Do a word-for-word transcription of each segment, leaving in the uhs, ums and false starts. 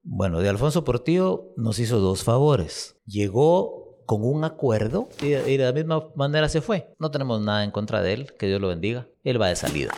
Bueno, de Alfonso Portillo nos hizo dos favores. Llegó con un acuerdo y, y de la misma manera se fue. No tenemos nada en contra de él, que Dios lo bendiga. Él va de salida.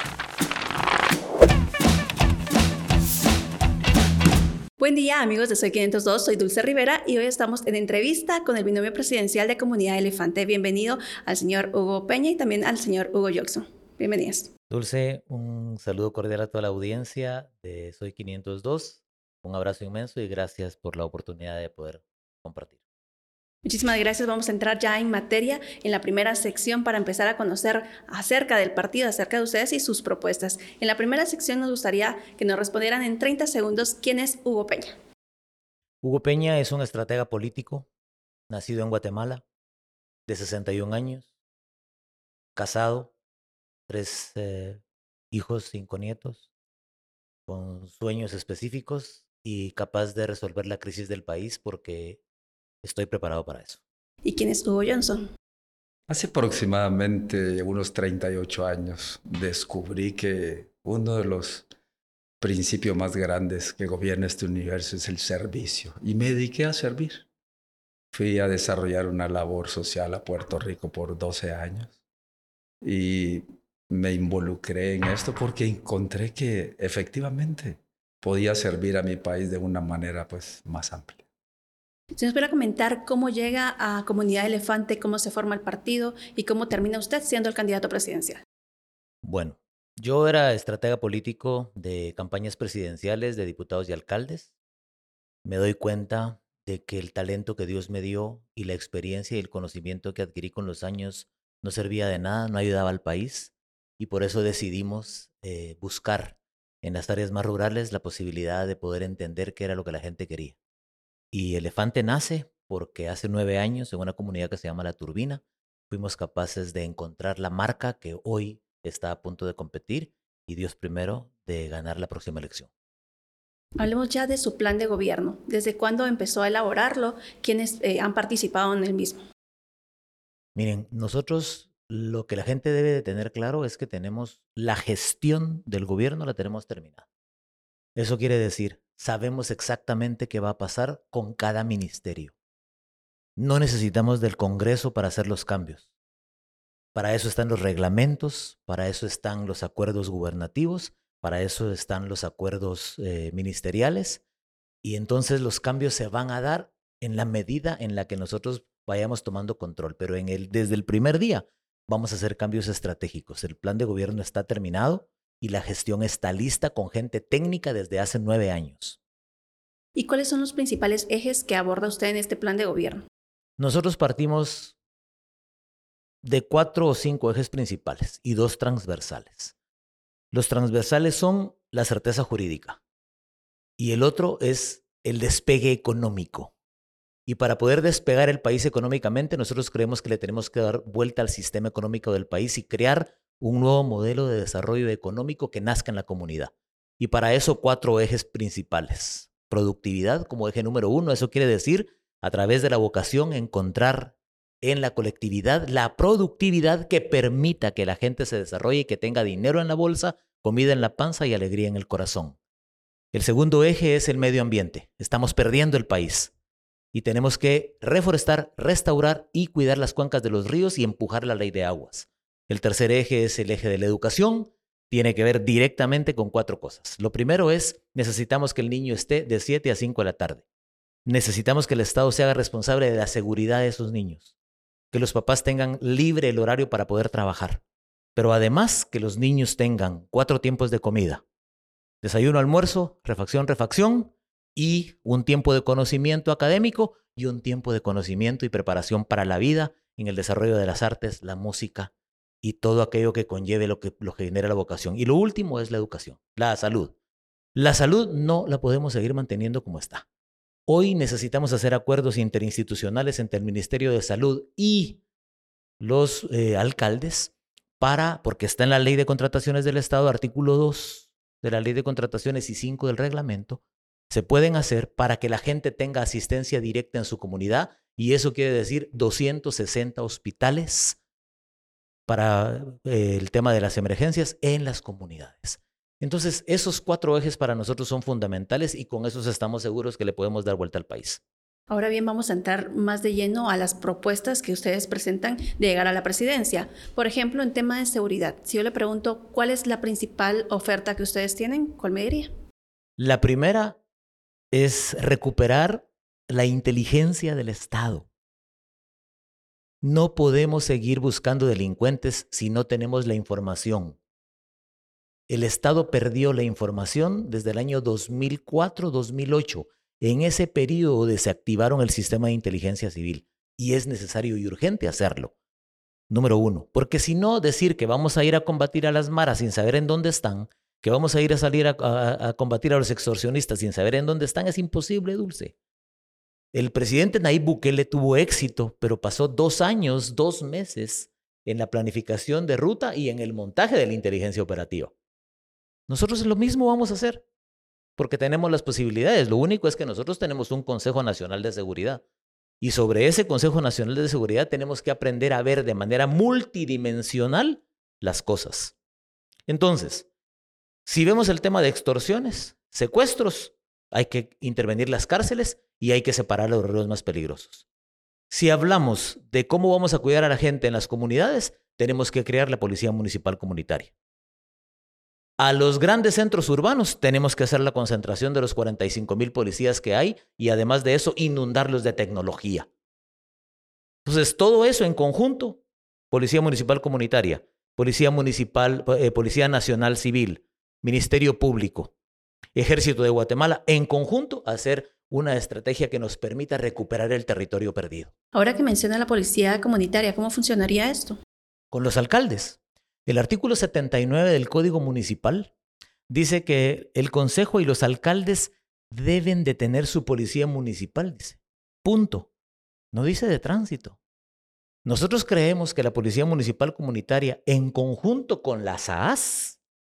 Buen día, amigos de Soy quinientos dos, soy Dulce Rivera y hoy estamos en entrevista con el binomio presidencial de Comunidad Elefante. Bienvenido al señor Hugo Peña y también al señor Hugo Yoxo. Bienvenidos. Dulce, un saludo cordial a toda la audiencia de Soy quinientos dos. Un abrazo inmenso y gracias por la oportunidad de poder compartir. Muchísimas gracias. Vamos a entrar ya en materia en la primera sección para empezar a conocer acerca del partido, acerca de ustedes y sus propuestas. En la primera sección nos gustaría que nos respondieran en treinta segundos quién es Hugo Peña. Hugo Peña es un estratega político, nacido en Guatemala, de sesenta y un años, casado, tres eh, hijos, cinco nietos, con sueños específicos y capaz de resolver la crisis del país porque estoy preparado para eso. ¿Y quién es Hugo Johnson? Hace aproximadamente unos treinta y ocho años descubrí que uno de los principios más grandes que gobierna este universo es el servicio y me dediqué a servir. Fui a desarrollar una labor social a Puerto Rico por doce años y me involucré en esto porque encontré que efectivamente podía servir a mi país de una manera pues más amplia. Si nos pudiera comentar cómo llega a Comunidad Elefante, cómo se forma el partido y cómo termina usted siendo el candidato presidencial. Bueno, yo era estratega político de campañas presidenciales de diputados y alcaldes. Me doy cuenta de que el talento que Dios me dio y la experiencia y el conocimiento que adquirí con los años no servía de nada, no ayudaba al país y por eso decidimos eh, buscar en las áreas más rurales la posibilidad de poder entender qué era lo que la gente quería. Y Elefante nace porque hace nueve años en una comunidad que se llama La Turbina fuimos capaces de encontrar la marca que hoy está a punto de competir y Dios primero de ganar la próxima elección. Hablemos ya de su plan de gobierno. ¿Desde cuándo empezó a elaborarlo? ¿Quiénes eh, han participado en el mismo? Miren, nosotros lo que la gente debe de tener claro es que tenemos la gestión del gobierno, la tenemos terminada. Eso quiere decir, sabemos exactamente qué va a pasar con cada ministerio. No necesitamos del Congreso para hacer los cambios. Para eso están los reglamentos, para eso están los acuerdos gubernativos, para eso están los acuerdos eh, ministeriales y entonces los cambios se van a dar en la medida en la que nosotros vayamos tomando control. Pero en el, desde el primer día vamos a hacer cambios estratégicos. El plan de gobierno está terminado y la gestión está lista con gente técnica desde hace nueve años. ¿Y cuáles son los principales ejes que aborda usted en este plan de gobierno? Nosotros partimos de cuatro o cinco ejes principales y dos transversales. Los transversales son la certeza jurídica y el otro es el despegue económico. Y para poder despegar el país económicamente, nosotros creemos que le tenemos que dar vuelta al sistema económico del país y crear un nuevo modelo de desarrollo económico que nazca en la comunidad. Y para eso cuatro ejes principales. Productividad como eje número uno, eso quiere decir a través de la vocación encontrar en la colectividad la productividad que permita que la gente se desarrolle y que tenga dinero en la bolsa, comida en la panza y alegría en el corazón. El segundo eje es el medio ambiente. Estamos perdiendo el país y tenemos que reforestar, restaurar y cuidar las cuencas de los ríos y empujar la ley de aguas. El tercer eje es el eje de la educación. Tiene que ver directamente con cuatro cosas. Lo primero es, necesitamos que el niño esté de siete a cinco de la tarde. Necesitamos que el Estado se haga responsable de la seguridad de esos niños. Que los papás tengan libre el horario para poder trabajar. Pero además que los niños tengan cuatro tiempos de comida. Desayuno, almuerzo, refacción, refacción y un tiempo de conocimiento académico y un tiempo de conocimiento y preparación para la vida en el desarrollo de las artes, la música y todo aquello que conlleve lo que, lo que genera la vocación. Y lo último es la educación, la salud. La salud no la podemos seguir manteniendo como está. Hoy necesitamos hacer acuerdos interinstitucionales entre el Ministerio de Salud y los eh, alcaldes para, porque está en la Ley de Contrataciones del Estado, artículo dos de la Ley de Contrataciones y cinco del reglamento, se pueden hacer para que la gente tenga asistencia directa en su comunidad y eso quiere decir doscientos sesenta hospitales para eh, el tema de las emergencias en las comunidades. Entonces, esos cuatro ejes para nosotros son fundamentales y con esos estamos seguros que le podemos dar vuelta al país. Ahora bien, vamos a entrar más de lleno a las propuestas que ustedes presentan de llegar a la presidencia. Por ejemplo, en tema de seguridad, si yo le pregunto cuál es la principal oferta que ustedes tienen, ¿cuál me diría? La primera es recuperar la inteligencia del Estado. No podemos seguir buscando delincuentes si no tenemos la información. El Estado perdió la información desde el año dos mil cuatro dos mil ocho. En ese periodo desactivaron el sistema de inteligencia civil y es necesario y urgente hacerlo. Número uno, porque si no, decir que vamos a ir a combatir a las maras sin saber en dónde están, que vamos a ir a salir a, a, a combatir a los extorsionistas sin saber en dónde están, es imposible, Dulce. El presidente Nayib Bukele tuvo éxito, pero pasó dos años, dos meses en la planificación de ruta y en el montaje de la inteligencia operativa. Nosotros lo mismo vamos a hacer, porque tenemos las posibilidades. Lo único es que nosotros tenemos un Consejo Nacional de Seguridad. Y sobre ese Consejo Nacional de Seguridad tenemos que aprender a ver de manera multidimensional las cosas. Entonces, si vemos el tema de extorsiones, secuestros, hay que intervenir las cárceles y hay que separar a los reos más peligrosos. Si hablamos de cómo vamos a cuidar a la gente en las comunidades, tenemos que crear la Policía Municipal Comunitaria. A los grandes centros urbanos tenemos que hacer la concentración de los cuarenta y cinco mil policías que hay y además de eso inundarlos de tecnología. Entonces todo eso en conjunto, Policía Municipal Comunitaria, Policía Municipal, eh, Policía Nacional Civil, Ministerio Público, Ejército de Guatemala, en conjunto hacer una estrategia que nos permita recuperar el territorio perdido. Ahora que menciona la policía comunitaria, ¿cómo funcionaría esto? Con los alcaldes. El artículo setenta y nueve del Código Municipal dice que el Consejo y los alcaldes deben de tener su policía municipal, dice. Punto. No dice de tránsito. Nosotros creemos que la Policía Municipal Comunitaria, en conjunto con las A A S,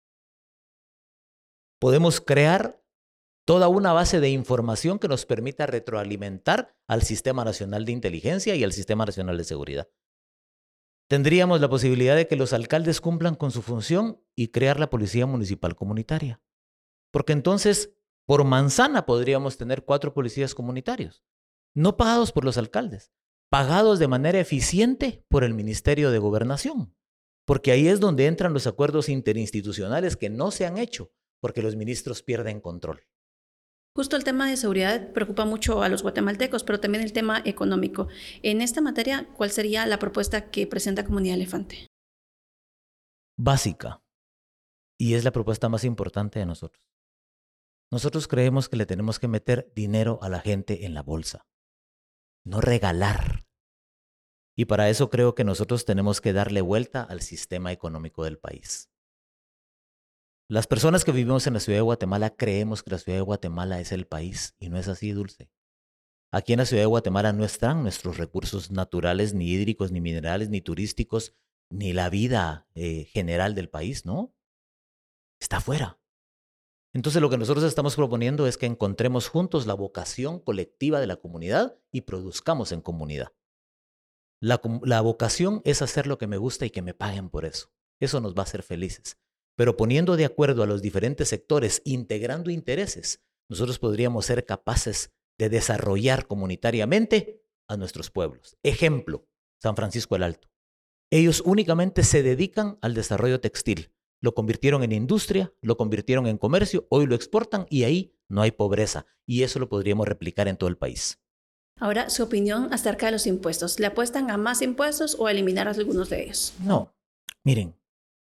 podemos crear toda una base de información que nos permita retroalimentar al Sistema Nacional de Inteligencia y al Sistema Nacional de Seguridad. Tendríamos la posibilidad de que los alcaldes cumplan con su función y crear la Policía Municipal Comunitaria. Porque entonces, por manzana podríamos tener cuatro policías comunitarios, no pagados por los alcaldes, pagados de manera eficiente por el Ministerio de Gobernación. Porque ahí es donde entran los acuerdos interinstitucionales que no se han hecho, porque los ministros pierden control. Justo el tema de seguridad preocupa mucho a los guatemaltecos, pero también el tema económico. En esta materia, ¿cuál sería la propuesta que presenta Comunidad Elefante? Básica. Y es la propuesta más importante de nosotros. Nosotros creemos que le tenemos que meter dinero a la gente en la bolsa, no regalar. Y para eso creo que nosotros tenemos que darle vuelta al sistema económico del país. Las personas que vivimos en la ciudad de Guatemala creemos que la ciudad de Guatemala es el país y no es así, Dulce. Aquí en la ciudad de Guatemala no están nuestros recursos naturales, ni hídricos, ni minerales, ni turísticos, ni la vida eh, general del país, ¿no? Está afuera. Entonces lo que nosotros estamos proponiendo es que encontremos juntos la vocación colectiva de la comunidad y produzcamos en comunidad. La, la vocación es hacer lo que me gusta y que me paguen por eso. Eso nos va a hacer felices. Pero poniendo de acuerdo a los diferentes sectores, integrando intereses, nosotros podríamos ser capaces de desarrollar comunitariamente a nuestros pueblos. Ejemplo, San Francisco el Alto. Ellos únicamente se dedican al desarrollo textil. Lo convirtieron en industria, lo convirtieron en comercio, hoy lo exportan y ahí no hay pobreza. Y eso lo podríamos replicar en todo el país. Ahora, su opinión acerca de los impuestos. ¿Le apuestan a más impuestos o a eliminar algunos de ellos? No, miren.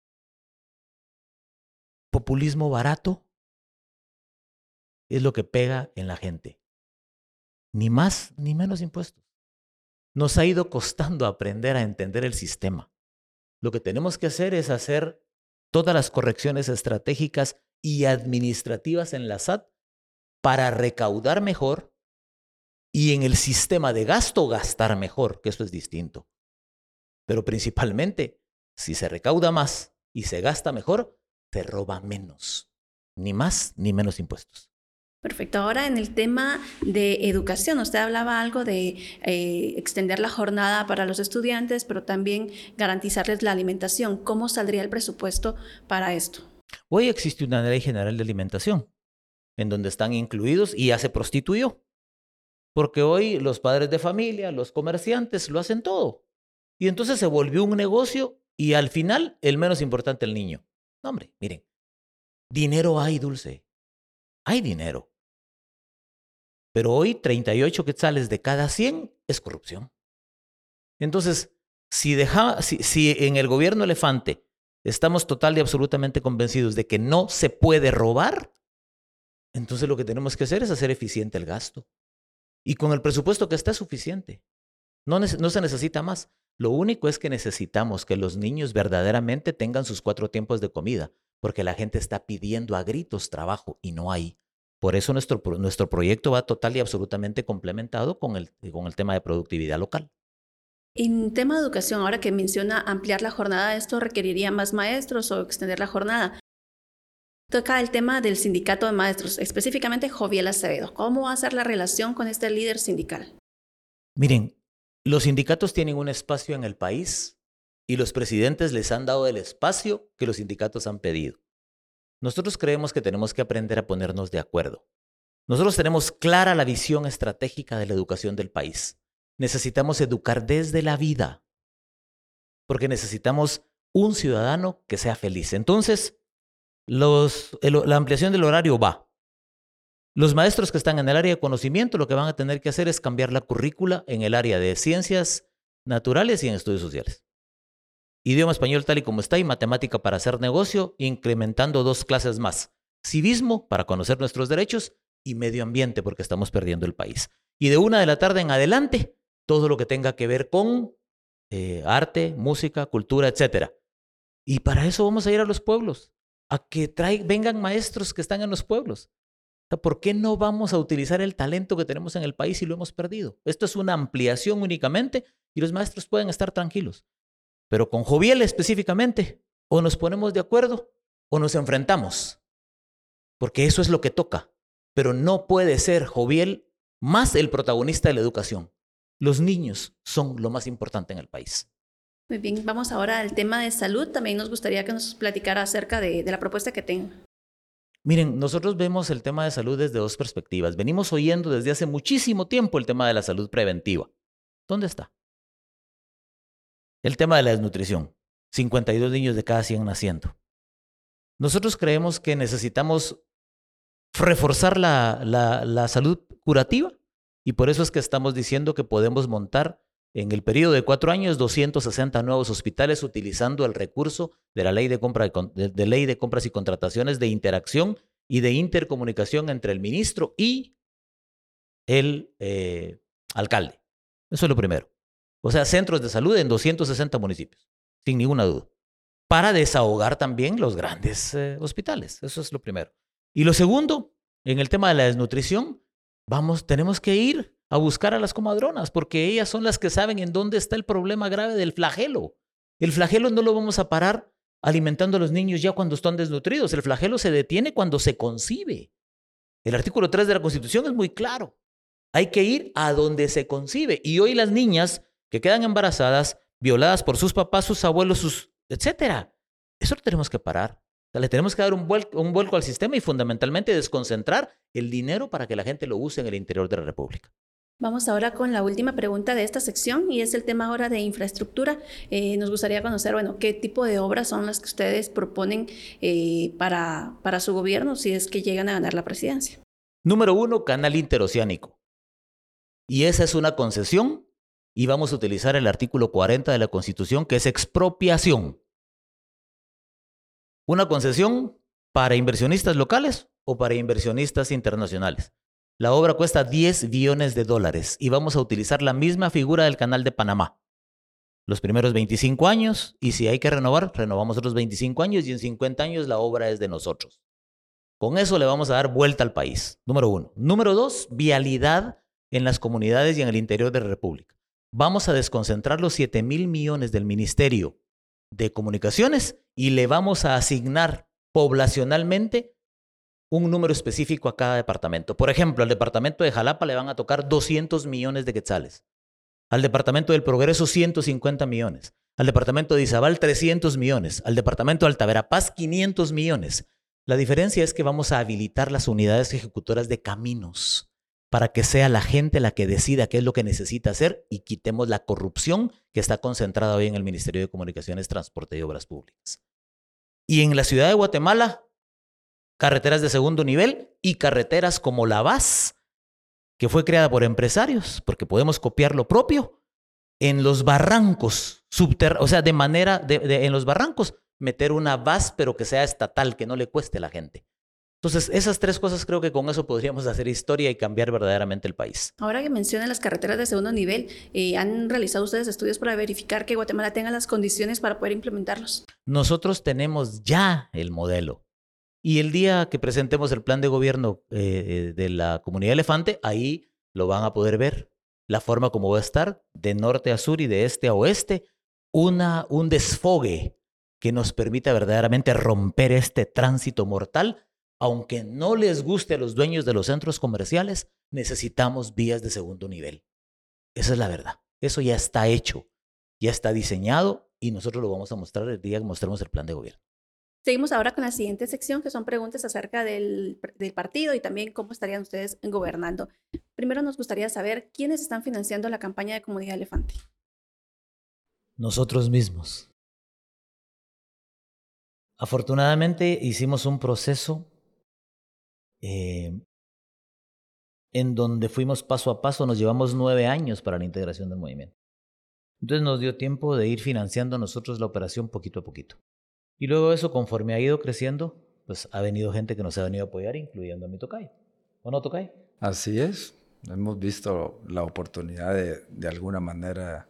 Populismo barato es lo que pega en la gente. Ni más ni menos impuestos. Nos ha ido costando aprender a entender el sistema. Lo que tenemos que hacer es hacer todas las correcciones estratégicas y administrativas en la S A T para recaudar mejor y en el sistema de gasto gastar mejor, que eso es distinto. Pero principalmente, si se recauda más y se gasta mejor, se roba menos, ni más ni menos impuestos. Perfecto. Ahora en el tema de educación, usted hablaba algo de eh, extender la jornada para los estudiantes, pero también garantizarles la alimentación. ¿Cómo saldría el presupuesto para esto? Hoy existe una ley general de alimentación en donde están incluidos y ya se prostituyó. Porque hoy los padres de familia, los comerciantes lo hacen todo. Y entonces se volvió un negocio y al final el menos importante el niño. No, hombre, miren, dinero hay, Dulce. Hay dinero. Pero hoy treinta y ocho quetzales de cada cien es corrupción. Entonces, si, deja, si, si en el gobierno elefante estamos total y absolutamente convencidos de que no se puede robar, entonces lo que tenemos que hacer es hacer eficiente el gasto. Y con el presupuesto que está es suficiente. No, no se necesita más. Lo único es que necesitamos que los niños verdaderamente tengan sus cuatro tiempos de comida, porque la gente está pidiendo a gritos trabajo y no hay. Por eso nuestro, nuestro proyecto va total y absolutamente complementado con el, con el tema de productividad local. En tema de educación, ahora que menciona ampliar la jornada, ¿esto requeriría más maestros o extender la jornada? Toca el tema del sindicato de maestros, específicamente Joviel Acevedo. ¿Cómo va a ser la relación con este líder sindical? Miren, los sindicatos tienen un espacio en el país y los presidentes les han dado el espacio que los sindicatos han pedido. Nosotros creemos que tenemos que aprender a ponernos de acuerdo. Nosotros tenemos clara la visión estratégica de la educación del país. Necesitamos educar desde la vida, porque necesitamos un ciudadano que sea feliz. Entonces, los, el, la ampliación del horario va. Los maestros que están en el área de conocimiento lo que van a tener que hacer es cambiar la currícula en el área de ciencias naturales y en estudios sociales. Idioma español tal y como está y matemática para hacer negocio, incrementando dos clases más. Civismo para conocer nuestros derechos y medio ambiente porque estamos perdiendo el país. Y de una de la tarde en adelante, todo lo que tenga que ver con eh, arte, música, cultura, etcétera. Y para eso vamos a ir a los pueblos, a que traigan, vengan maestros que están en los pueblos. ¿Por qué no vamos a utilizar el talento que tenemos en el país y lo hemos perdido? Esto es una ampliación únicamente y los maestros pueden estar tranquilos. Pero con Joviel específicamente, o nos ponemos de acuerdo o nos enfrentamos. Porque eso es lo que toca. Pero no puede ser Joviel más el protagonista de la educación. Los niños son lo más importante en el país. Muy bien, vamos ahora al tema de salud. También nos gustaría que nos platicara acerca de, de la propuesta que tenga. Miren, nosotros vemos el tema de salud desde dos perspectivas. Venimos oyendo desde hace muchísimo tiempo el tema de la salud preventiva. ¿Dónde está? El tema de la desnutrición. cincuenta y dos niños de cada cien naciendo. Nosotros creemos que necesitamos reforzar la, la, la salud curativa y por eso es que estamos diciendo que podemos montar en el periodo de cuatro años doscientos sesenta nuevos hospitales utilizando el recurso de la ley de, compra de, de ley de compras y contrataciones de interacción y de intercomunicación entre el ministro y el eh, alcalde. Eso es lo primero. O sea, centros de salud en doscientos sesenta municipios, sin ninguna duda, para desahogar también los grandes eh, hospitales. Eso es lo primero. Y lo segundo, en el tema de la desnutrición, vamos, tenemos que ir a buscar a las comadronas, porque ellas son las que saben en dónde está el problema grave del flagelo. El flagelo no lo vamos a parar alimentando a los niños ya cuando están desnutridos. El flagelo se detiene cuando se concibe. El artículo tres de la Constitución es muy claro. Hay que ir a donde se concibe. Y hoy las niñas que quedan embarazadas, violadas por sus papás, sus abuelos, sus etcétera. Eso lo tenemos que parar. O sea, le tenemos que dar un vuelco, un vuelco al sistema y fundamentalmente desconcentrar el dinero para que la gente lo use en el interior de la República. Vamos ahora con la última pregunta de esta sección y es el tema ahora de infraestructura. Eh, nos gustaría conocer, bueno, qué tipo de obras son las que ustedes proponen eh, para, para su gobierno si es que llegan a ganar la presidencia. Número uno, canal interoceánico. Y esa es una concesión y vamos a utilizar el artículo cuarenta de la Constitución, que es expropiación. Una concesión para inversionistas locales o para inversionistas internacionales. La obra cuesta diez billones de dólares y vamos a utilizar la misma figura del Canal de Panamá. Los primeros veinticinco años, y si hay que renovar, renovamos otros veinticinco años y en cincuenta años la obra es de nosotros. Con eso le vamos a dar vuelta al país, número uno. Número dos, vialidad en las comunidades y en el interior de la República. Vamos a desconcentrar los siete mil millones del Ministerio de Comunicaciones y le vamos a asignar poblacionalmente un número específico a cada departamento. Por ejemplo, al departamento de Jalapa le van a tocar doscientos millones de quetzales. Al departamento del Progreso, ciento cincuenta millones. Al departamento de Izabal, trescientos millones. Al departamento de Alta Verapaz, quinientos millones. La diferencia es que vamos a habilitar las unidades ejecutoras de caminos para que sea la gente la que decida qué es lo que necesita hacer y quitemos la corrupción que está concentrada hoy en el Ministerio de Comunicaciones, Transporte y Obras Públicas. Y en la ciudad de Guatemala, carreteras de segundo nivel y carreteras como la V A S, que fue creada por empresarios, porque podemos copiar lo propio, en los barrancos, subterráneos, o sea, de manera, de, de, en los barrancos, meter una V A S, pero que sea estatal, que no le cueste a la gente. Entonces, esas tres cosas creo que con eso podríamos hacer historia y cambiar verdaderamente el país. Ahora que mencionan las carreteras de segundo nivel, eh, ¿han realizado ustedes estudios para verificar que Guatemala tenga las condiciones para poder implementarlos? Nosotros tenemos ya el modelo. Y el día que presentemos el plan de gobierno eh, de la Comunidad Elefante, ahí lo van a poder ver. La forma como va a estar, de norte a sur y de este a oeste, una, un desfogue que nos permita verdaderamente romper este tránsito mortal. Aunque no les guste a los dueños de los centros comerciales, necesitamos vías de segundo nivel. Esa es la verdad. Eso ya está hecho, ya está diseñado y nosotros lo vamos a mostrar el día que mostremos el plan de gobierno. Seguimos ahora con la siguiente sección, que son preguntas acerca del, del partido y también cómo estarían ustedes gobernando. Primero nos gustaría saber quiénes están financiando la campaña de Comunidad Elefante. Nosotros mismos. Afortunadamente hicimos un proceso Eh, en donde fuimos paso a paso, nos llevamos nueve años para la integración del movimiento. Entonces nos dio tiempo de ir financiando nosotros la operación poquito a poquito. Y luego de eso, conforme ha ido creciendo, pues ha venido gente que nos ha venido a apoyar, incluyendo a mi tocayo. ¿O no, tocayo? Así es. Hemos visto la oportunidad de, de alguna manera,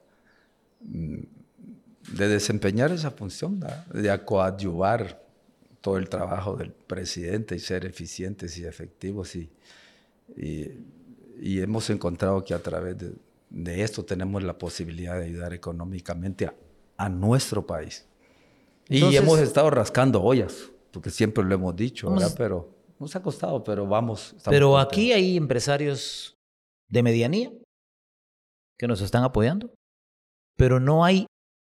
de desempeñar esa función, ¿verdad? De coadyuvar todo el trabajo del presidente y ser eficientes y efectivos. Y, y, y hemos encontrado que a través de, de esto tenemos la posibilidad de ayudar económicamente a, a nuestro país. Entonces, y hemos estado rascando ollas, porque siempre lo hemos dicho, vamos, ¿verdad? Pero nos ha costado, pero vamos. Pero contentos. Aquí hay empresarios de medianía que nos están apoyando, pero no hay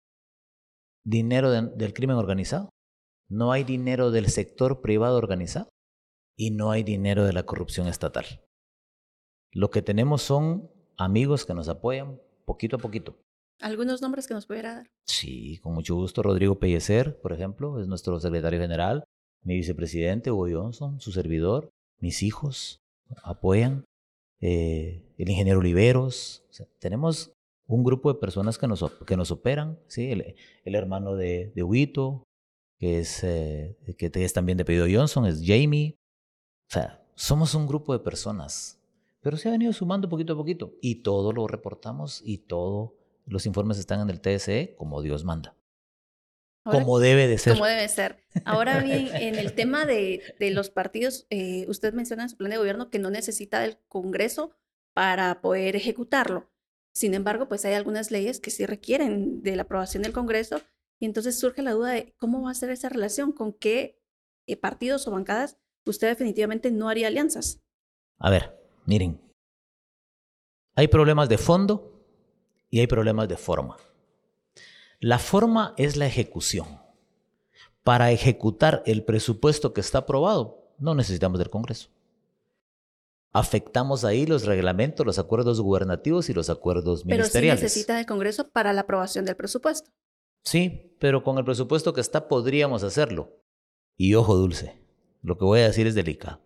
dinero de, del crimen organizado. No hay dinero del sector privado organizado y no hay dinero de la corrupción estatal. Lo que tenemos son amigos que nos apoyan poquito a poquito. ¿Algunos nombres que nos pudiera dar? Sí, con mucho gusto. Rodrigo Pellecer, por ejemplo, es nuestro secretario general. Mi vicepresidente, Hugo Johnson, su servidor. Mis hijos apoyan. Eh, el ingeniero Oliveros. O sea, tenemos un grupo de personas que nos, que nos operan. ¿Sí? El, el hermano de, de Huito, que es, eh, que es también de apellido Johnson, es Jamie. O sea, somos un grupo de personas, pero se ha venido sumando poquito a poquito y todo lo reportamos y todos los informes están en el T S E como Dios manda. Ahora, como debe de ser. Como debe ser. Ahora bien, en el tema de, de los partidos, eh, usted menciona en su plan de gobierno que no necesita del Congreso para poder ejecutarlo. Sin embargo, pues hay algunas leyes que sí requieren de la aprobación del Congreso. Y entonces surge la duda de cómo va a ser esa relación, con qué eh, partidos o bancadas usted definitivamente no haría alianzas. A ver, miren, hay problemas de fondo y hay problemas de forma. La forma es la ejecución. Para ejecutar el presupuesto que está aprobado, no necesitamos del Congreso. Afectamos ahí los reglamentos, los acuerdos gubernativos y los acuerdos Pero ministeriales. Pero sí necesita del Congreso para la aprobación del presupuesto. Sí, pero con el presupuesto que está podríamos hacerlo. Y ojo dulce, lo que voy a decir es delicado.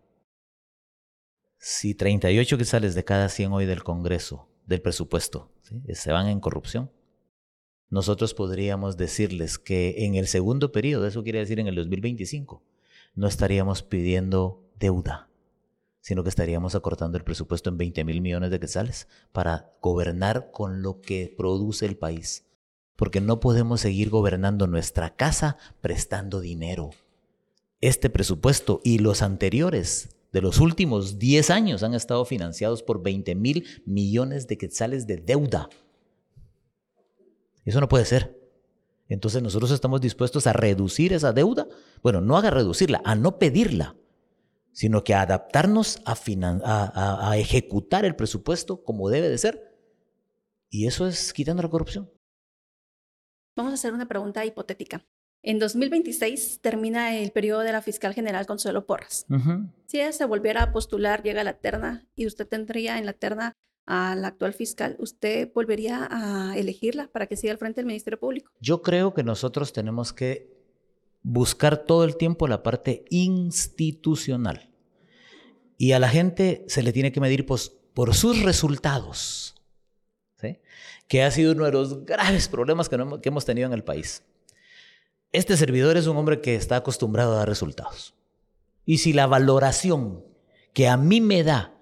Si treinta y ocho quetzales de cada cien hoy del Congreso, del presupuesto, ¿sí?, se van en corrupción, nosotros podríamos decirles que en el segundo periodo, eso quiere decir en el dos mil veinticinco, no estaríamos pidiendo deuda, sino que estaríamos acortando el presupuesto en veinte mil millones de quetzales para gobernar con lo que produce el país. Porque no podemos seguir gobernando nuestra casa prestando dinero. Este presupuesto y los anteriores de los últimos diez años han estado financiados por veinte mil millones de quetzales de deuda. Eso no puede ser. Entonces nosotros estamos dispuestos a reducir esa deuda. Bueno, no a reducirla, a no pedirla, sino que a adaptarnos a, finan- a, a, a ejecutar el presupuesto como debe de ser. Y eso es quitando la corrupción. Vamos a hacer una pregunta hipotética. En dos mil veintiséis termina el periodo de la fiscal general Consuelo Porras. Uh-huh. Si ella se volviera a postular, llega a la terna y usted tendría en la terna a la actual fiscal, ¿usted volvería a elegirla para que siga al frente del Ministerio Público? Yo creo que nosotros tenemos que buscar todo el tiempo la parte institucional. Y a la gente se le tiene que medir pues, por sus resultados, ¿sí? Que ha sido uno de los graves problemas que, no, que hemos tenido en el país. Este servidor es un hombre que está acostumbrado a dar resultados. Y si la valoración que a mí me da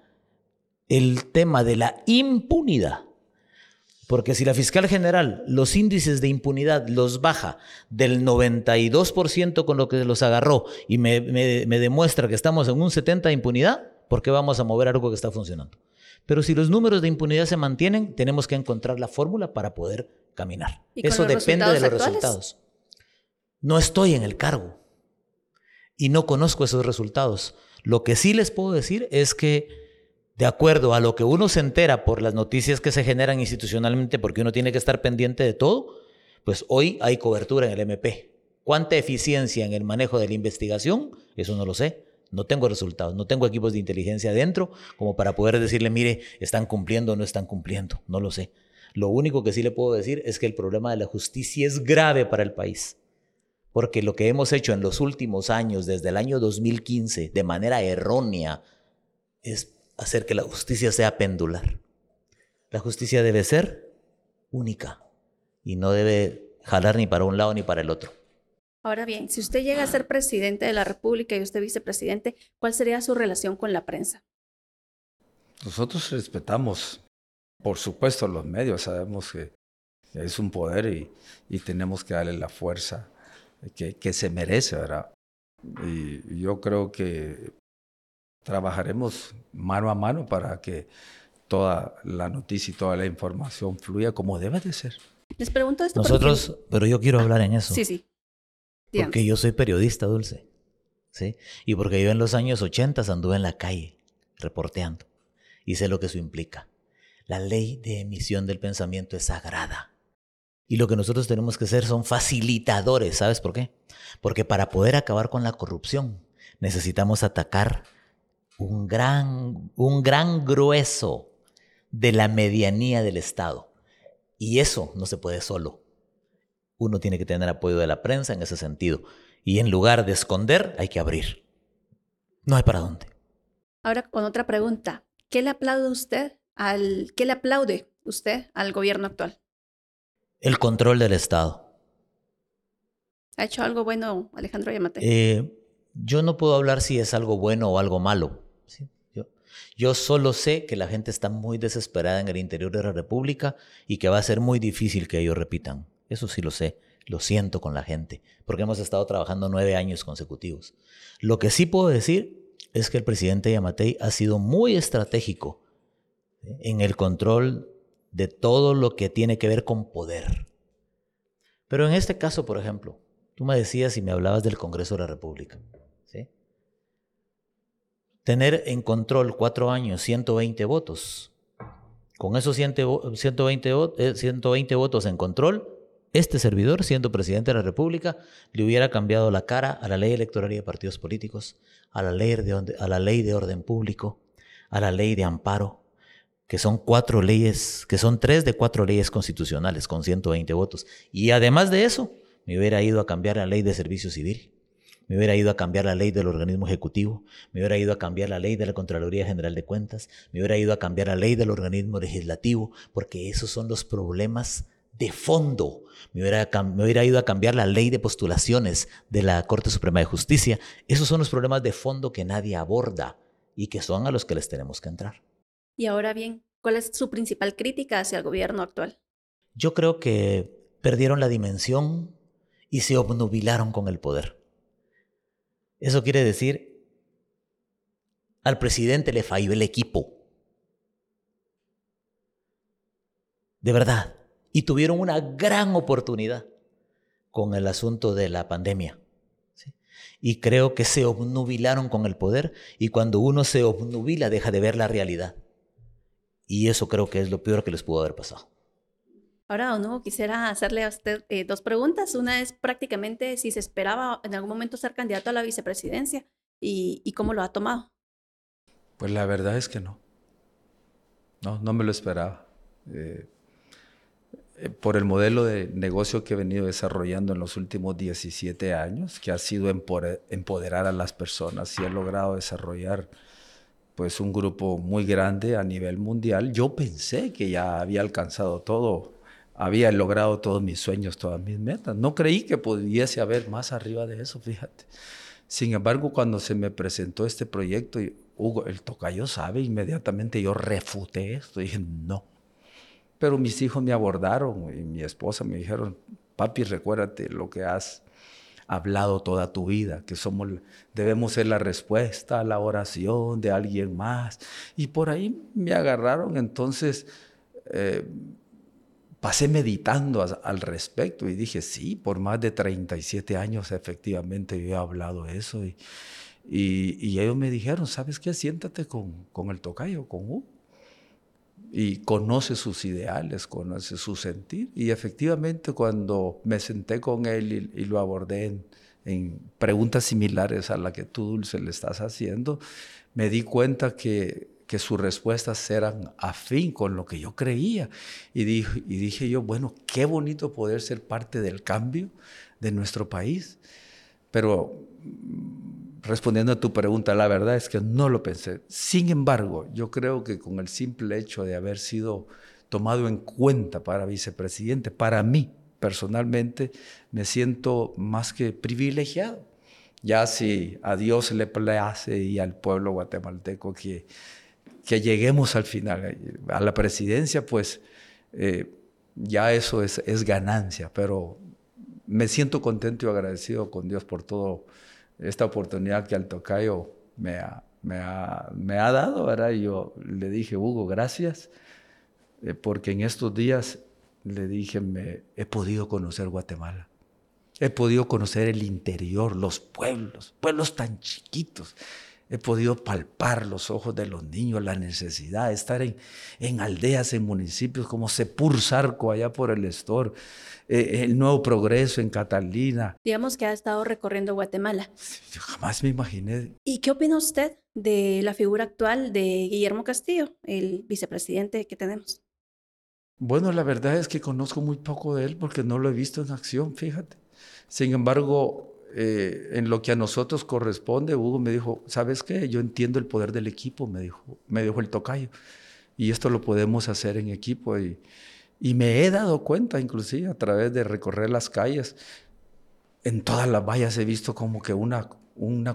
el tema de la impunidad, porque si la fiscal general los índices de impunidad los baja del noventa y dos por ciento con lo que los agarró y me, me, me demuestra que estamos en un setenta por ciento de impunidad, ¿por qué vamos a mover algo que está funcionando? Pero si los números de impunidad se mantienen, tenemos que encontrar la fórmula para poder caminar. Eso depende de los actuales? resultados. No estoy en el cargo y no conozco esos resultados. Lo que sí les puedo decir es que de acuerdo a lo que uno se entera por las noticias que se generan institucionalmente, porque uno tiene que estar pendiente de todo, pues hoy hay cobertura en el M P. ¿Cuánta eficiencia en el manejo de la investigación? Eso no lo sé. No tengo resultados, no tengo equipos de inteligencia adentro como para poder decirle, mire, están cumpliendo o no están cumpliendo. No lo sé. Lo único que sí le puedo decir es que el problema de la justicia es grave para el país. Porque lo que hemos hecho en los últimos años, desde el año dos mil quince, de manera errónea, es hacer que la justicia sea pendular. La justicia debe ser única y no debe jalar ni para un lado ni para el otro. Ahora bien, si usted llega a ser presidente de la República y usted vicepresidente, ¿cuál sería su relación con la prensa? Nosotros respetamos, por supuesto, los medios. Sabemos que es un poder y, y tenemos que darle la fuerza que, que se merece, ¿verdad? Y yo creo que trabajaremos mano a mano para que toda la noticia y toda la información fluya como debe de ser. Les pregunto esto Nosotros, porque... pero yo quiero hablar en eso. Sí, sí. Dígame. Porque yo soy periodista, Dulce. ¿Sí? Y porque yo en los años ochenta anduve en la calle reporteando. Y sé lo que eso implica. La ley de emisión del pensamiento es sagrada. Y lo que nosotros tenemos que hacer son facilitadores. ¿Sabes por qué? Porque para poder acabar con la corrupción necesitamos atacar un gran, un gran grueso de la medianía del Estado. Y eso no se puede solo. Uno tiene que tener apoyo de la prensa en ese sentido. Y en lugar de esconder, hay que abrir. No hay para dónde. Ahora con otra pregunta. ¿Qué le aplaude usted al, qué le aplaude usted al gobierno actual? El control del Estado. ¿Ha hecho algo bueno Alejandro Yamatei? Eh, yo no puedo hablar si es algo bueno o algo malo. ¿Sí? Yo, yo solo sé que la gente está muy desesperada en el interior de la República y que va a ser muy difícil que ellos repitan. Eso sí lo sé, lo siento con la gente, porque hemos estado trabajando nueve años consecutivos. Lo que sí puedo decir es que el presidente Yamatei ha sido muy estratégico en el control de todo lo que tiene que ver con poder. Pero en este caso, por ejemplo, tú me decías y me hablabas del Congreso de la República, ¿sí? Tener en control cuatro años ciento veinte votos. Con esos ciento veinte, ciento veinte votos en control, este servidor, siendo presidente de la República, le hubiera cambiado la cara a la ley electoral y de partidos políticos, a la ley de, a la ley de orden público, a la ley de amparo, que son cuatro leyes, que son tres de cuatro leyes constitucionales con ciento veinte votos. Y además de eso, me hubiera ido a cambiar la ley de servicio civil, me hubiera ido a cambiar la ley del organismo ejecutivo, me hubiera ido a cambiar la ley de la Contraloría General de Cuentas, me hubiera ido a cambiar la ley del organismo legislativo, porque esos son los problemas de fondo. Me hubiera, me hubiera ido a cambiar la ley de postulaciones de la Corte Suprema de Justicia. Esos son los problemas de fondo que nadie aborda y que son a los que les tenemos que entrar. Y ahora bien, ¿cuál es su principal crítica hacia el gobierno actual? Yo creo que perdieron la dimensión y se obnubilaron con el poder. Eso quiere decir, al presidente le falló el equipo. De verdad. Y tuvieron una gran oportunidad con el asunto de la pandemia. ¿Sí? Y creo que se obnubilaron con el poder, y cuando uno se obnubila deja de ver la realidad. Y eso creo que es lo peor que les pudo haber pasado. Ahora, don Hugo, quisiera hacerle a usted eh, dos preguntas. Una es prácticamente si se esperaba en algún momento ser candidato a la vicepresidencia y, y cómo lo ha tomado. Pues la verdad es que no. No, no me lo esperaba. Eh, eh, por el modelo de negocio que he venido desarrollando en los últimos diecisiete años, que ha sido empoder- empoderar a las personas y he logrado desarrollar pues un grupo muy grande a nivel mundial. Yo pensé que ya había alcanzado todo, había logrado todos mis sueños, todas mis metas. No creí que pudiese haber más arriba de eso, fíjate. Sin embargo, cuando se me presentó este proyecto, y Hugo, el tocayo sabe, inmediatamente yo refuté esto, dije no. Pero mis hijos me abordaron y mi esposa me dijeron, papi, recuérdate lo que has hablado toda tu vida, que somos, debemos ser la respuesta a la oración de alguien más. Y por ahí me agarraron, entonces eh, pasé meditando a, al respecto y dije, sí, por más de treinta y siete años efectivamente yo he hablado eso. Y, y, y ellos me dijeron, ¿sabes qué? Siéntate con, con el tocayo, con Hugo. Y conoce sus ideales, conoce su sentir. Y efectivamente cuando me senté con él y, y lo abordé en, en preguntas similares a la que tú, Dulce, le estás haciendo, me di cuenta que, que sus respuestas eran afín con lo que yo creía. Y dije, y dije yo, bueno, qué bonito poder ser parte del cambio de nuestro país. Pero respondiendo a tu pregunta, la verdad es que no lo pensé. Sin embargo, yo creo que con el simple hecho de haber sido tomado en cuenta para vicepresidente, para mí personalmente me siento más que privilegiado. Ya si a Dios le place y al pueblo guatemalteco que, que lleguemos al final, a la presidencia, pues eh, ya eso es, es ganancia, pero me siento contento y agradecido con Dios por toda esta oportunidad que al tocayo me ha, me ha, me ha dado, ¿verdad? Y yo le dije, Hugo, gracias, eh, porque en estos días le dije, me, he podido conocer Guatemala. He podido conocer el interior, los pueblos, pueblos tan chiquitos. He podido palpar los ojos de los niños, la necesidad de estar en, en aldeas, en municipios como Sepur Zarco, allá por el Estor, eh, el Nuevo Progreso en Catalina. Digamos que ha estado recorriendo Guatemala. Yo jamás me imaginé. ¿Y qué opina usted de la figura actual de Guillermo Castillo, el vicepresidente que tenemos? Bueno, la verdad es que conozco muy poco de él porque no lo he visto en acción, fíjate. Sin embargo, eh, en lo que a nosotros corresponde, Hugo me dijo, ¿sabes qué? Yo entiendo el poder del equipo, me dijo, me dijo el tocayo. Y esto lo podemos hacer en equipo. Y, y me he dado cuenta, inclusive, a través de recorrer las calles, en todas las vallas he visto como que una, una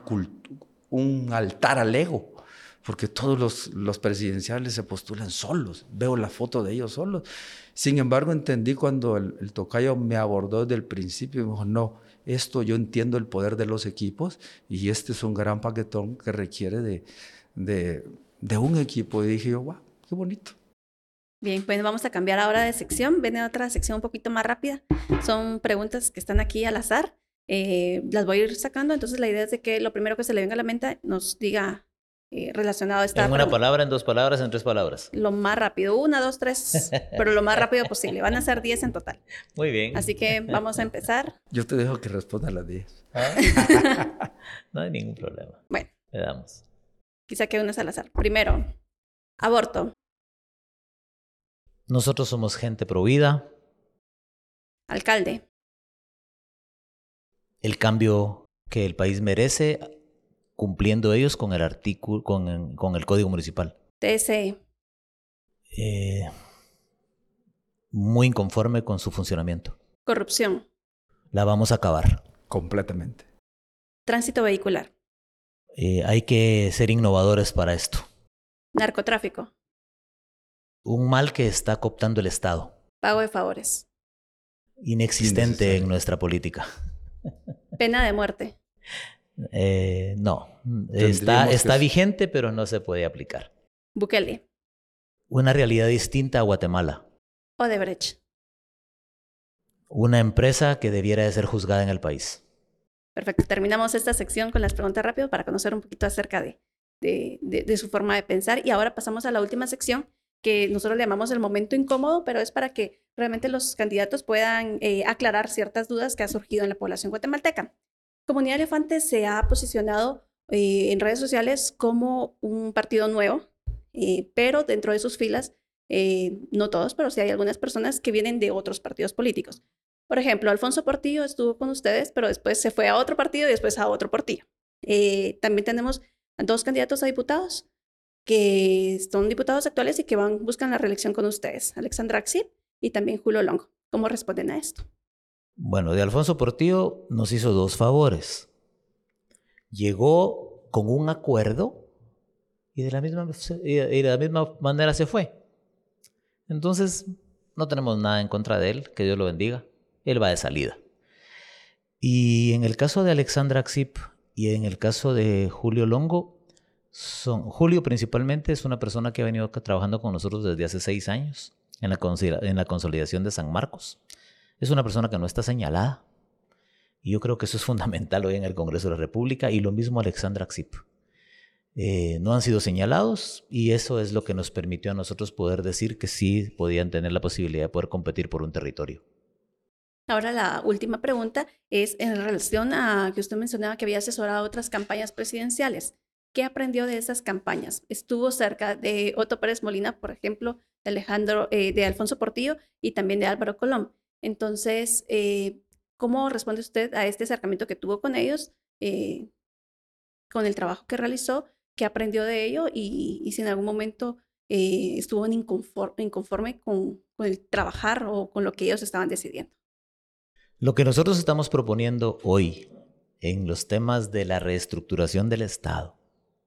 un altar al ego. Porque todos los, los presidenciales se postulan solos. Veo la foto de ellos solos. Sin embargo, entendí cuando el, el tocayo me abordó desde el principio y me dijo, no, esto yo entiendo el poder de los equipos y este es un gran paquetón que requiere de, de, de un equipo. Y dije yo, wow, qué bonito. Bien, pues vamos a cambiar ahora de sección. Viene otra sección un poquito más rápida. Son preguntas que están aquí al azar. Eh, las voy a ir sacando. Entonces, la idea es de que lo primero que se le venga a la mente nos diga eh, relacionado a esta En una pregunta. palabra, en dos palabras, en tres palabras. Lo más rápido. Una, dos, tres. Pero lo más rápido posible. Van a ser diez en total. Muy bien. Así que vamos a empezar. Yo te dejo que responda a las diez. ¿Ah? No hay ningún problema. Bueno. Le damos. Quizá que unas al azar. Primero, aborto. Nosotros somos gente pro vida. Alcalde. El cambio que el país merece, cumpliendo ellos con el artículo, con, con el Código Municipal. T S E. Eh, muy inconforme con su funcionamiento. Corrupción. La vamos a acabar. Completamente. Tránsito vehicular. Eh, hay que ser innovadores para esto. Narcotráfico. Un mal que está cooptando el Estado. Pago de favores. Inexistente en nuestra política. Pena de muerte. Eh, no, está, está vigente, pero no se puede aplicar. Bukele. Una realidad distinta a Guatemala. Odebrecht. Una empresa que debiera de ser juzgada en el país. Perfecto. Terminamos esta sección con las preguntas rápidas para conocer un poquito acerca de, de, de, de su forma de pensar. Y ahora pasamos a la última sección que nosotros le llamamos el momento incómodo, pero es para que realmente los candidatos puedan eh, aclarar ciertas dudas que han surgido en la población guatemalteca. Comunidad Elefante se ha posicionado eh, en redes sociales como un partido nuevo, eh, pero dentro de sus filas, eh, no todos, pero sí hay algunas personas que vienen de otros partidos políticos. Por ejemplo, Alfonso Portillo estuvo con ustedes, pero después se fue a otro partido y después a otro partido. Eh, también tenemos dos candidatos a diputados que son diputados actuales y que van, buscan la reelección con ustedes, Alexandra Axip y también Julio Longo. ¿Cómo responden a esto? Bueno, de Alfonso Portillo nos hizo dos favores. Llegó con un acuerdo y de la misma, y de la misma manera se fue. Entonces, no tenemos nada en contra de él, que Dios lo bendiga. Él va de salida. Y en el caso de Alexandra Axip y en el caso de Julio Longo, son, Julio principalmente es una persona que ha venido trabajando con nosotros desde hace seis años en la, en la consolidación de San Marcos. Es una persona que no está señalada. Y yo creo que eso es fundamental hoy en el Congreso de la República. Y lo mismo Alexandra Axip. Eh, no han sido señalados y eso es lo que nos permitió a nosotros poder decir que sí podían tener la posibilidad de poder competir por un territorio. Ahora la última pregunta es en relación a que usted mencionaba que había asesorado otras campañas presidenciales. ¿Qué aprendió de esas campañas? Estuvo cerca de Otto Pérez Molina, por ejemplo, de, Alejandro, eh, de Alfonso Portillo y también de Álvaro Colom. Entonces, eh, ¿cómo responde usted a este acercamiento que tuvo con ellos, eh, con el trabajo que realizó, qué aprendió de ello y, y si en algún momento eh, estuvo inconforme, inconforme con, con el trabajar o con lo que ellos estaban decidiendo? Lo que nosotros estamos proponiendo hoy en los temas de la reestructuración del Estado,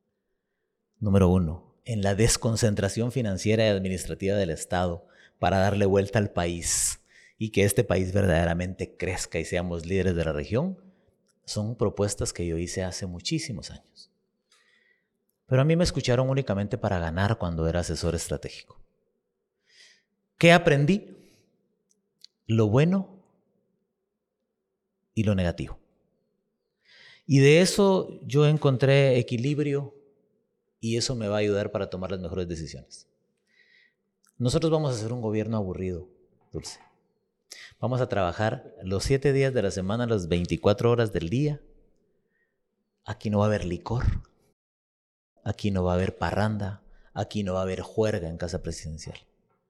número uno, en la desconcentración financiera y administrativa del Estado para darle vuelta al país y que este país verdaderamente crezca y seamos líderes de la región, son propuestas que yo hice hace muchísimos años. Pero a mí me escucharon únicamente para ganar cuando era asesor estratégico. ¿Qué aprendí? Lo bueno y lo negativo. Y de eso yo encontré equilibrio y eso me va a ayudar para tomar las mejores decisiones. Nosotros vamos a hacer un gobierno aburrido, Dulce. Vamos a trabajar los siete días de la semana, las veinticuatro horas del día. Aquí no va a haber licor. Aquí no va a haber parranda. Aquí no va a haber juerga en Casa Presidencial.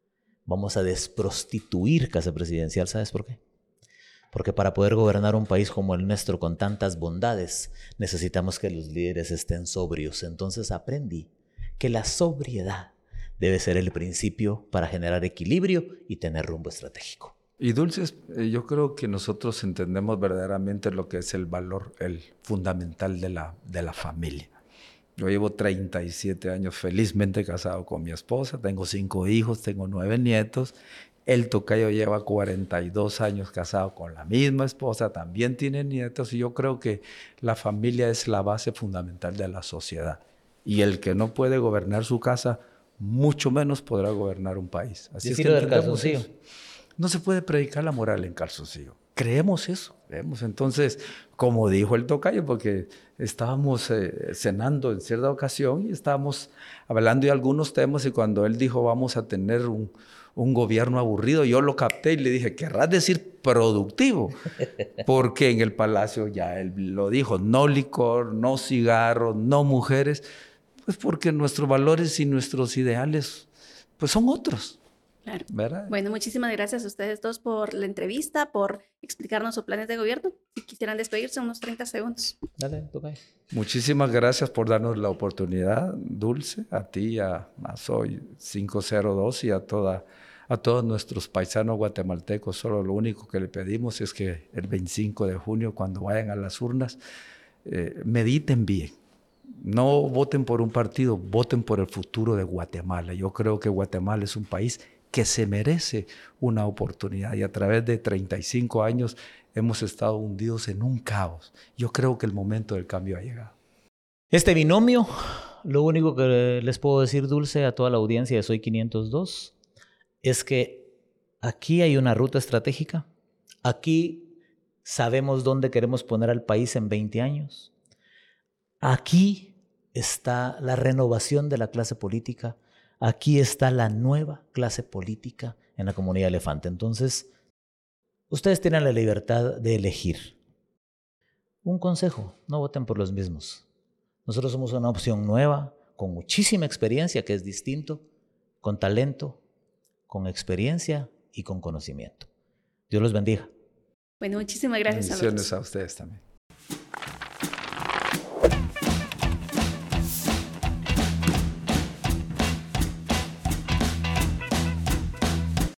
Vamos a desprostituir Casa Presidencial. ¿Sabes por qué? Porque para poder gobernar un país como el nuestro con tantas bondades, necesitamos que los líderes estén sobrios. Entonces aprendí que la sobriedad debe ser el principio para generar equilibrio y tener rumbo estratégico. Y Dulce, yo creo que nosotros entendemos verdaderamente lo que es el valor, el fundamental de la, de la familia. Yo llevo treinta y siete años felizmente casado con mi esposa, tengo cinco hijos, tengo nueve nietos. El tocayo lleva cuarenta y dos años casado con la misma esposa, también tiene nietos y yo creo que la familia es la base fundamental de la sociedad. Y el que no puede gobernar su casa, mucho menos podrá gobernar un país. Así es que del calzoncillo. No se puede predicar la moral en calzoncillo. Creemos eso, creemos. Entonces, como dijo el tocayo, porque estábamos eh, cenando en cierta ocasión y estábamos hablando de algunos temas y cuando él dijo vamos a tener un, un gobierno aburrido, yo lo capté y le dije, ¿querrás decir productivo? Porque en el palacio ya él lo dijo, no licor, no cigarro, no mujeres, pues porque nuestros valores y nuestros ideales pues son otros. Claro. ¿Verdad? Bueno, muchísimas gracias a ustedes dos por la entrevista, por explicarnos sus planes de gobierno. Si quisieran despedirse, unos treinta segundos. Dale, tocayo. Muchísimas gracias por darnos la oportunidad, Dulce, a ti, a, a Soy cinco cero dos y a, toda, a todos nuestros paisanos guatemaltecos. Solo lo único que le pedimos es que el veinticinco de junio, cuando vayan a las urnas, eh, mediten bien. No voten por un partido, voten por el futuro de Guatemala. Yo creo que Guatemala es un país que se merece una oportunidad y a través de treinta y cinco años hemos estado hundidos en un caos. Yo creo que el momento del cambio ha llegado. Este binomio, lo único que les puedo decir, Dulce, a toda la audiencia de Soy quinientos dos, es que aquí hay una ruta estratégica. Aquí sabemos dónde queremos poner al país en veinte años. Aquí está la renovación de la clase política. Aquí está la nueva clase política en la comunidad elefante. Entonces, ustedes tienen la libertad de elegir. Un consejo, no voten por los mismos. Nosotros somos una opción nueva, con muchísima experiencia, que es distinto, con talento, con experiencia y con conocimiento. Dios los bendiga. Bueno, muchísimas gracias a los dos. Bendiciones a ustedes también.